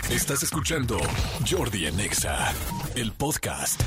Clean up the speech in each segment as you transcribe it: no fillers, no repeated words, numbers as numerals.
Estás escuchando Jordi en Exa, el podcast.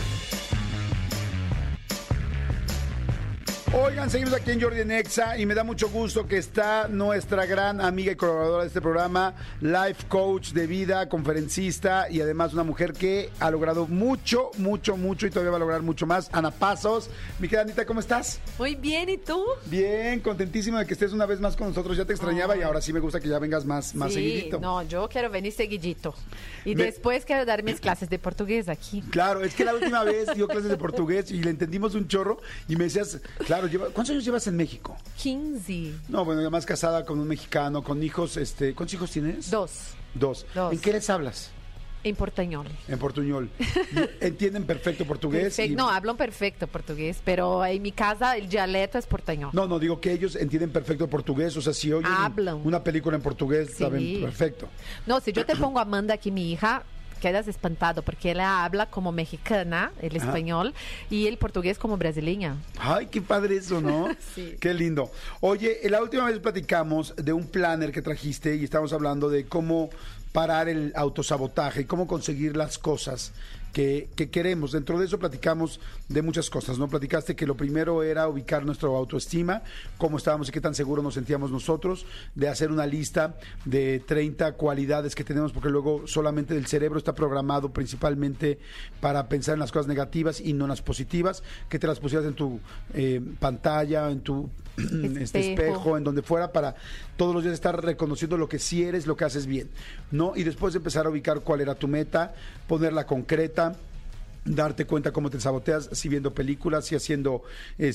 Oigan, seguimos aquí en Jordi en Exa y me da mucho gusto que está nuestra gran amiga y colaboradora de este programa, life coach de vida, conferencista y además una mujer que ha logrado mucho y todavía va a lograr mucho más. Ana Pasos. Mi querida Anita, ¿cómo estás? Muy bien, ¿y tú? Bien, contentísima de que estés una vez más con nosotros. Ya te extrañaba y ahora sí me gusta que ya vengas más seguidito. No, yo quiero venir seguidito. Y después quiero dar mis clases de portugués aquí. Claro, es que la última vez dio clases de portugués y le entendimos un chorro y me decías, claro, ¿cuántos años llevas en México? 15. No, bueno, además casada con un mexicano, con hijos, ¿cuántos hijos tienes? Dos. ¿En qué les hablas? En portuñol. En portuñol. ¿Entienden perfecto portugués? No, hablan perfecto portugués, pero en mi casa el dialecto es portuñol. No, digo que ellos entienden perfecto portugués, o sea, si oyen una película en portugués, sí. saben perfecto. No, si yo te pongo a Amanda aquí, mi hija, quedas espantado porque ella habla como mexicana, el español, y el portugués como brasileña. Ay, qué padre eso, ¿no? Sí. Qué lindo. Oye, la última vez platicamos de un planner que trajiste y estábamos hablando de cómo parar el autosabotaje y cómo conseguir las cosas que queremos. Dentro de eso platicamos de muchas cosas, ¿no? Platicaste que lo primero era ubicar nuestra autoestima, cómo estábamos y qué tan seguros nos sentíamos nosotros, de hacer una lista de 30 cualidades que tenemos, porque luego solamente el cerebro está programado principalmente para pensar en las cosas negativas y no en las positivas, que te las pusieras en tu pantalla, en tu espejo, en donde fuera, para todos los días estar reconociendo lo que sí eres, lo que haces bien, ¿no? Y después de empezar a ubicar cuál era tu meta, ponerla concreta, darte cuenta cómo te saboteas, si viendo películas, si haciendo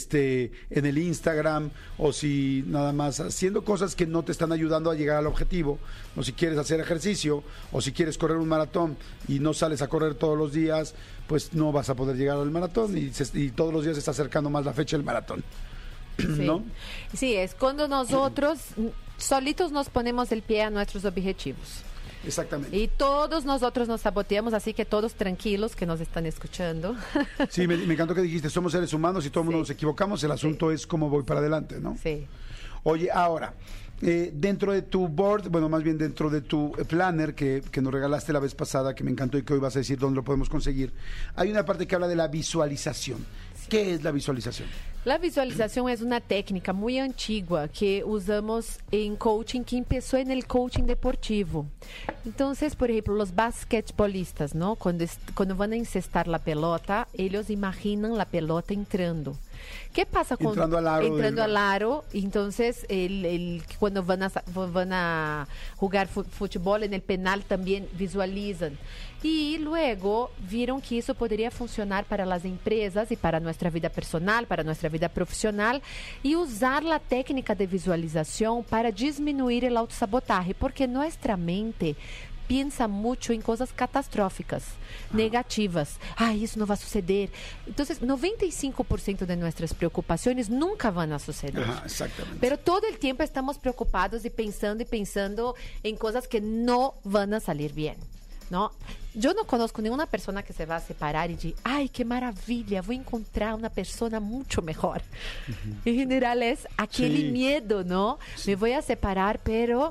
en el Instagram, o si nada más haciendo cosas que no te están ayudando a llegar al objetivo, o si quieres hacer ejercicio, o si quieres correr un maratón y no sales a correr todos los días, pues no vas a poder llegar al maratón y todos los días se está acercando más la fecha del maratón. Sí. ¿No? Sí, es cuando nosotros solitos nos ponemos el pie a nuestros objetivos. Exactamente. Y todos nosotros nos saboteamos, así que todos tranquilos que nos están escuchando. Sí, me encantó que dijiste, somos seres humanos y todo el mundo nos equivocamos, el asunto es cómo voy para adelante, ¿no? Sí. Oye, ahora, dentro de tu board, bueno, más bien dentro de tu planner que nos regalaste la vez pasada, que me encantó y que hoy vas a decir dónde lo podemos conseguir, hay una parte que habla de la visualización. ¿Qué es la visualización? La visualización es una técnica muy antigua que usamos en coaching, que empezó en el coaching deportivo. Entonces, por ejemplo, los basquetbolistas, ¿no? Cuando van a encestar la pelota, ellos imaginan la pelota entrando. ¿Qué pasa con entrando al aro? Entonces, cuando van a jugar fútbol en el penal también visualizan. Y luego vieron que eso podría funcionar para las empresas y para nuestra vida personal, para nuestra vida profesional, y usar la técnica de visualización para disminuir el autosabotaje, porque nuestra mente piensa mucho en cosas catastróficas, negativas. Ay, eso no va a suceder. Entonces, 95% de nuestras preocupaciones nunca van a suceder. Ajá, exactamente. Pero todo el tiempo estamos preocupados y pensando en cosas que no van a salir bien, ¿no? Yo no conozco ninguna persona que se va a separar y diga, ay, qué maravilla, voy a encontrar una persona mucho mejor. En general es aquel miedo, ¿no? Sí. Me voy a separar, pero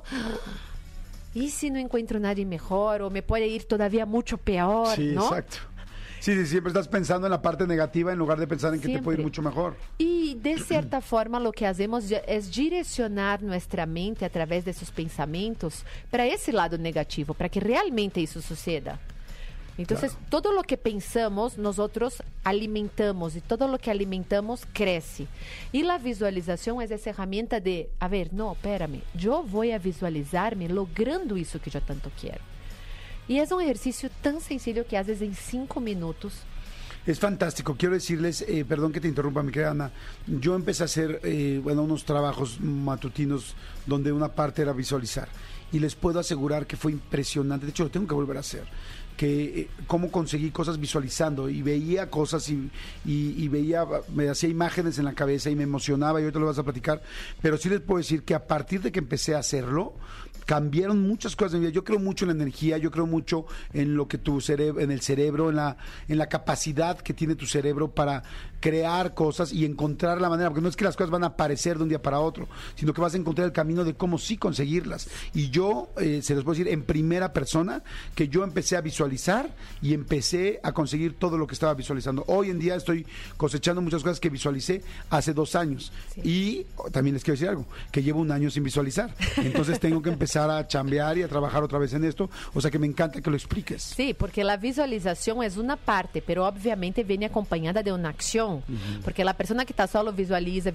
¿y si no encuentro nadie mejor? O me puede ir todavía mucho peor, sí, ¿no? Exacto. Sí, siempre estás pensando en la parte negativa en lugar de pensar en que te puede ir mucho mejor. Y de cierta forma lo que hacemos es direccionar nuestra mente a través de esos pensamientos para ese lado negativo, para que realmente eso suceda. Entonces, todo lo que pensamos, nosotros alimentamos, y todo lo que alimentamos crece. Y la visualización es esa herramienta de, a ver, no, espérame, yo voy a visualizarme logrando eso que yo tanto quiero. Y es un ejercicio tan sencillo que haces en 5 minutos. Es fantástico. Quiero decirles, perdón que te interrumpa, mi querida Ana, yo empecé a hacer unos trabajos matutinos donde una parte era visualizar. Y les puedo asegurar que fue impresionante. De hecho, lo tengo que volver a hacer. cómo conseguí cosas visualizando y veía cosas y veía, me hacía imágenes en la cabeza y me emocionaba y ahorita lo vas a platicar, pero sí les puedo decir que a partir de que empecé a hacerlo, cambiaron muchas cosas de mi vida. Yo creo mucho en la energía, yo creo mucho en lo que tu cerebro, en el cerebro, en la capacidad que tiene tu cerebro para crear cosas y encontrar la manera, porque no es que las cosas van a aparecer de un día para otro, sino que vas a encontrar el camino de cómo sí conseguirlas. Y yo se los puedo decir en primera persona que yo empecé a visualizar y empecé a conseguir todo lo que estaba visualizando. Hoy en día estoy cosechando muchas cosas que visualicé hace 2 años. Sí. Y también les quiero decir algo, que llevo 1 año sin visualizar. Entonces tengo que empezar a chambear y a trabajar otra vez en esto. O sea que me encanta que lo expliques. Sí, porque la visualización es una parte, pero obviamente viene acompañada de una acción. Porque la persona que está solo visualiza,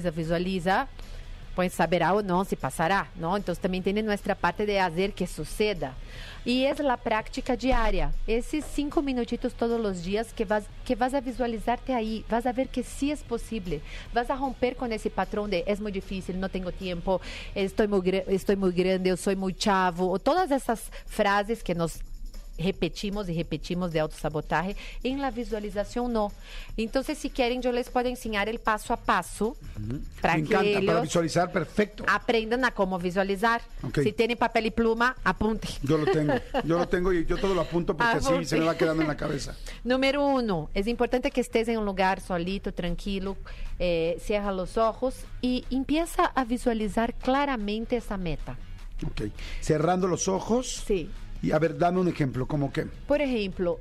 pues saberá o no si pasará, ¿no? Entonces también tiene nuestra parte de hacer que suceda. Y es la práctica diaria. Esos 5 minutitos todos los días que vas a visualizarte ahí, vas a ver que sí es posible. Vas a romper con ese patrón de es muy difícil, no tengo tiempo, estoy muy grande, yo soy muy chavo, o todas esas frases que nos repetimos y repetimos de autosabotaje. En la visualización no. Entonces, si quieren, yo les puedo enseñar el paso a paso para que ellos para visualizar, perfecto. Aprendan a cómo visualizar. Okay. Si tienen papel y pluma, apunte. Yo lo tengo y yo todo lo apunto porque así se me va quedando en la cabeza. Número 1, es importante que estés en un lugar solito, tranquilo, cierra los ojos y empieza a visualizar claramente esa meta. Ok. Cerrando los ojos. Sí. Y a ver, dame un ejemplo, ¿cómo qué? Por ejemplo,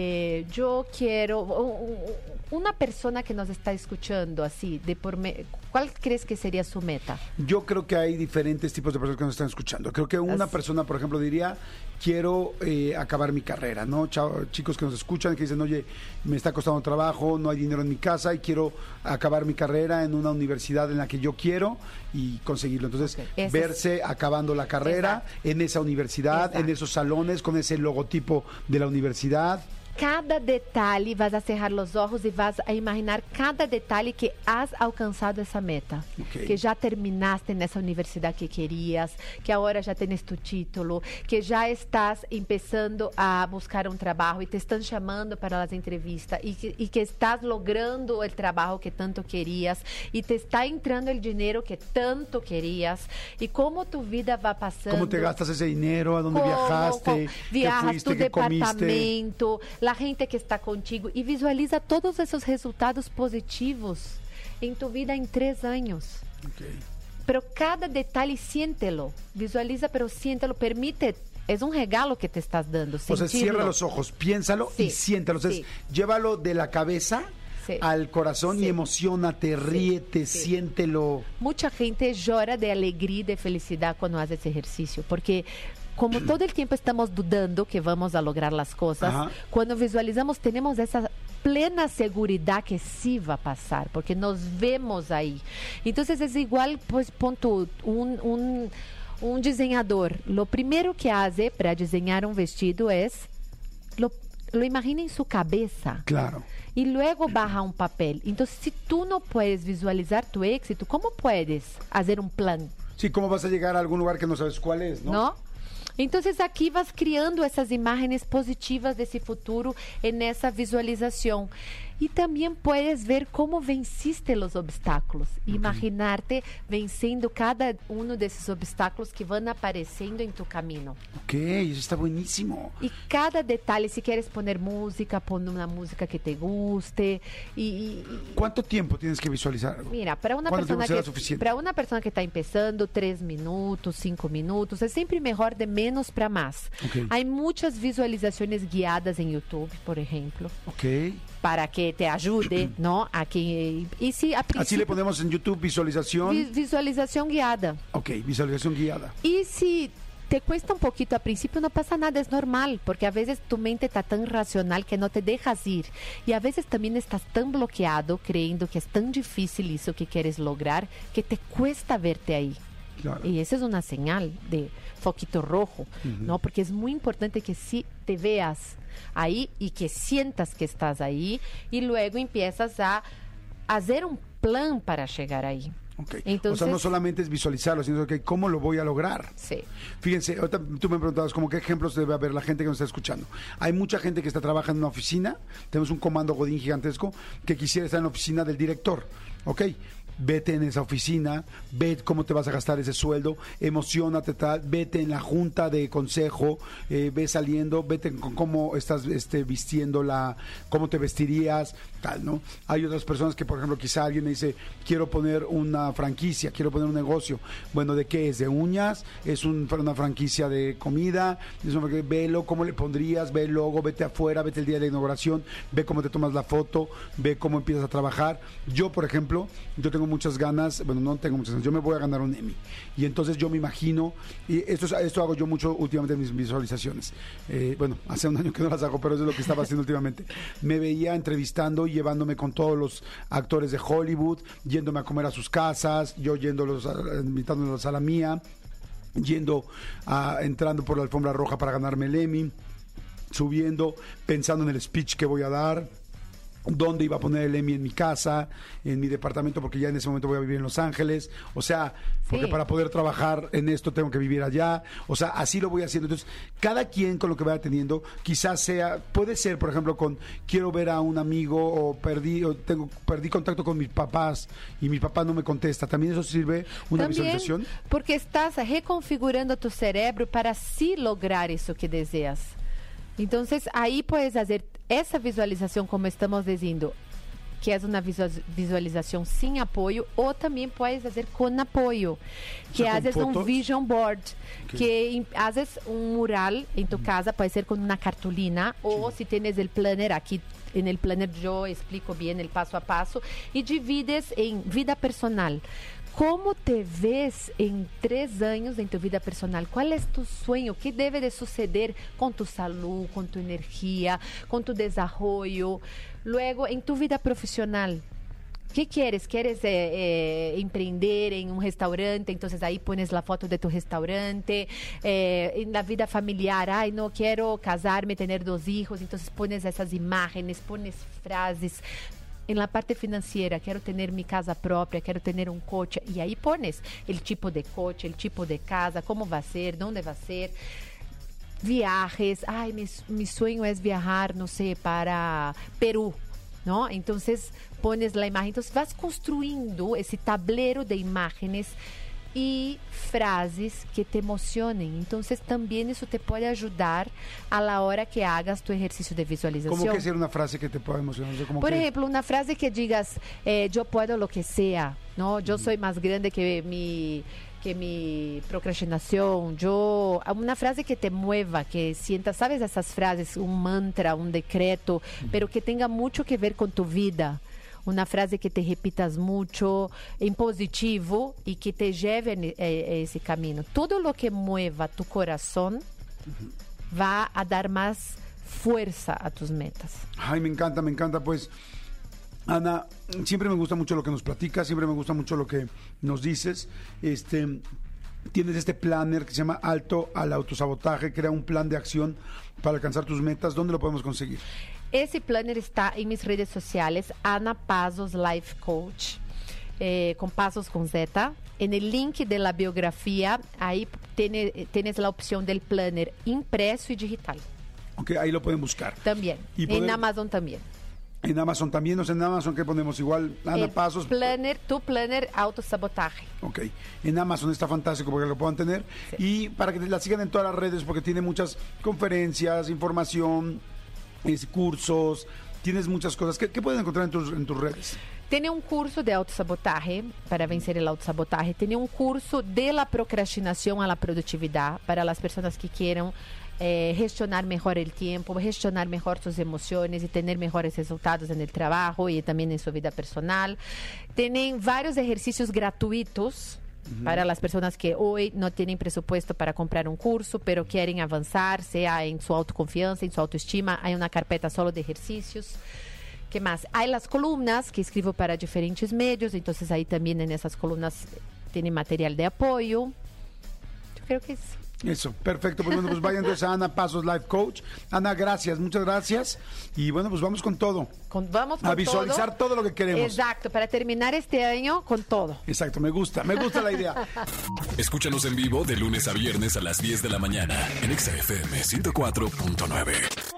yo quiero, una persona que nos está escuchando así, ¿cuál crees que sería su meta? Yo creo que hay diferentes tipos de personas que nos están escuchando. Creo que una persona, por ejemplo, diría, quiero acabar mi carrera, ¿no? Chicos que nos escuchan, que dicen, oye, me está costando trabajo, no hay dinero en mi casa y quiero acabar mi carrera en una universidad en la que yo quiero y conseguirlo. Entonces, verse acabando la carrera en esa universidad, en esos salones, con ese logotipo de la universidad. Cada detalle, vas a cerrar los ojos y vas a imaginar cada detalle que has alcanzado esa meta. Okay. Que ya terminaste en esa universidad que querías, que ahora ya tienes tu título, que ya estás empezando a buscar un trabajo y te están llamando para las entrevistas y que estás logrando el trabajo que tanto querías y te está entrando el dinero que tanto querías y cómo tu vida va pasando. ¿Cómo te gastas ese dinero? ¿A dónde viajaste? Viajas, ¿Qué fuiste? tu ¿Qué departamento, comiste? la gente que está contigo y visualiza todos esos resultados positivos en tu vida en 3 años. Okay. Pero cada detalle siéntelo, visualiza, pero siéntelo, permite, es un regalo que te estás dando. O sea, cierra los ojos, piénsalo y siéntalo. O sea, llévalo de la cabeza al corazón y emocionate, ríete, siéntelo. Mucha gente llora de alegría y de felicidad cuando hace ese ejercicio, porque como todo el tiempo estamos dudando que vamos a lograr las cosas, cuando visualizamos tenemos esa plena seguridad que sí va a pasar, porque nos vemos ahí. Entonces es igual, pues, ponto, un diseñador. Lo primero que hace para diseñar un vestido es, lo imagina en su cabeza. Claro. Y luego baja un papel. Entonces, si tú no puedes visualizar tu éxito, ¿cómo puedes hacer un plan? Sí, ¿cómo vas a llegar a algún lugar que no sabes cuál es, no? ¿No? Entonces, aquí vas criando essas imagens positivas desse futuro nessa visualização. E também puedes ver como venciste os obstáculos. Imaginar-te vencendo cada um desses obstáculos que vão aparecendo em tu caminho. Ok, isso está buenísimo. E cada detalhe, se queres poner música, pon uma música que te guste. ¿Cuánto tiempo tienes que visualizar? Mira, para uma pessoa que está começando, 3 minutos, 5 minutos, é sempre melhor de menos para mais. Okay. Há muitas visualizações guiadas em YouTube, por exemplo. Ok. Para que te ayude, ¿no? A que, y si a Así le ponemos en YouTube visualización. Visualización guiada. Ok, visualización guiada. Y si te cuesta un poquito al principio, no pasa nada, es normal, porque a veces tu mente está tan racional que no te dejas ir. Y a veces también estás tan bloqueado, creyendo que es tan difícil eso que quieres lograr, que te cuesta verte ahí. Claro. Y esa es una señal de foquito rojo, ¿no? Porque es muy importante que sí te veas ahí y que sientas que estás ahí y luego empiezas a hacer un plan para llegar ahí. Ok. Entonces, o sea, no solamente es visualizarlo, sino que cómo lo voy a lograr. Sí. Fíjense, ahorita tú me preguntabas como qué ejemplos debe haber la gente que nos está escuchando. Hay mucha gente que está trabajando en una oficina, tenemos un comando Godín gigantesco que quisiera estar en la oficina del director, ¿ok? Vete en esa oficina, ve cómo te vas a gastar ese sueldo, emocionate, tal, vete en la junta de consejo, ve saliendo, vete con cómo estás vistiendo cómo te vestirías, tal, ¿no? Hay otras personas que, por ejemplo, quizá alguien me dice, quiero poner una franquicia, quiero poner un negocio. Bueno, ¿de qué es? ¿De uñas? ¿Es una franquicia de comida? Velo, ¿cómo le pondrías? Ve el logo, vete afuera, vete el día de la inauguración, ve cómo te tomas la foto, ve cómo empiezas a trabajar. Yo, por ejemplo, yo tengo muchas ganas, bueno, no tengo muchas ganas, yo me voy a ganar un Emmy. Y entonces yo me imagino, y esto hago yo mucho últimamente en mis visualizaciones. Bueno, hace un año que no las hago, pero eso es lo que estaba haciendo últimamente. Me veía entrevistando y llevándome con todos los actores de Hollywood, yéndome a comer a sus casas, yo invitándolos a la mía, entrando por la alfombra roja para ganarme el Emmy, subiendo, pensando en el speech que voy a dar, dónde iba a poner el Emmy en mi casa, en mi departamento, porque ya en ese momento voy a vivir en Los Ángeles, o sea, porque para poder trabajar en esto tengo que vivir allá, o sea, así lo voy haciendo. Entonces, cada quien con lo que vaya teniendo, quizás puede ser, por ejemplo, quiero ver a un amigo, o perdí contacto con mis papás y mi papá no me contesta, ¿también eso sirve una visualización? Porque estás reconfigurando tu cerebro para sí lograr eso que deseas. Entonces, ahí puedes hacer essa visualização, como estamos dizendo, que é uma visualização sem apoio, ou também pode fazer com apoio, que às vezes um vision board, que às vezes um mural em tu casa pode ser com uma cartolina, ou se tens o planner aqui. En el planner yo explico bien el paso a paso y divides en vida personal. ¿Cómo te ves en 3 años en tu vida personal? ¿Cuál es tu sueño? ¿Qué debe de suceder con tu salud, con tu energía, con tu desarrollo? Luego, en tu vida profesional, ¿qué quieres? ¿Quieres emprender en un restaurante? Entonces ahí pones la foto de tu restaurante. En la vida familiar, ay, no quiero casarme, tener 2 hijos. Entonces pones esas imágenes, pones frases. En la parte financiera, quiero tener mi casa propia, quiero tener un coche. Y ahí pones el tipo de coche, el tipo de casa, cómo va a ser, dónde va a ser. Viajes, ay, mi sueño es viajar, no sé, para Perú, ¿no? Entonces pones la imagen, entonces vas construyendo ese tablero de imágenes y frases que te emocionen. Entonces también eso te puede ayudar a la hora que hagas tu ejercicio de visualización. ¿Cómo que ser una frase que te pueda emocionar? Por ejemplo, una frase que digas, yo puedo lo que sea, ¿no? Yo soy más grande que mi procrastinación, una frase que te mueva, que sientas, ¿sabes? Esas frases, un mantra, un decreto, pero que tenga mucho que ver con tu vida. Una frase que te repitas mucho en positivo y que te lleve a ese camino. Todo lo que mueva tu corazón va a dar más fuerza a tus metas. Ay, me encanta, pues, Ana, siempre me gusta mucho lo que nos platicas, siempre me gusta mucho lo que nos dices. Tienes este planner que se llama Alto al Autosabotaje, crea un plan de acción para alcanzar tus metas. ¿Dónde lo podemos conseguir? Esse planner está em minhas redes sociais, Ana Pazos Life Coach, com Pazos com Z. En el link de la biografía, ahí tienes la opción del planner impreso y digital. Ok, ahí lo pueden buscar. También, en Amazon también. En Amazon también, o sea, en Amazon, ¿qué ponemos? Igual, Ana Pazos. Tu planner autosabotaje. Ok, en Amazon está fantástico porque lo puedan tener. Sí. Y para que la sigan en todas las redes, porque tiene muchas conferencias, información, cursos, tienes muchas cosas. ¿Qué pueden encontrar en tus redes? Tiene un curso de autosabotaje para vencer el autosabotaje. Tiene un curso de la procrastinación a la productividad para las personas que quieran gestionar mejor el tiempo, gestionar mejor sus emociones y tener mejores resultados en el trabajo y también en su vida personal. Tienen varios ejercicios gratuitos para las personas que hoy no tienen presupuesto para comprar un curso, pero quieren avanzar, sea en su autoconfianza, en su autoestima. Hay una carpeta solo de ejercicios. ¿Qué más? Hay las columnas que escribo para diferentes medios, entonces ahí también en esas columnas tiene material de apoyo. Yo creo que Eso, perfecto. Pues bueno, pues vayan entonces a Ana Pasos Life Coach. Ana, gracias, muchas gracias. Y bueno, pues vamos con todo. Vamos con a visualizar todo lo que queremos. Exacto, para terminar este año con todo. Exacto, me gusta la idea. Escúchanos en vivo de lunes a viernes a las 10 de la mañana en Exa FM 104.9.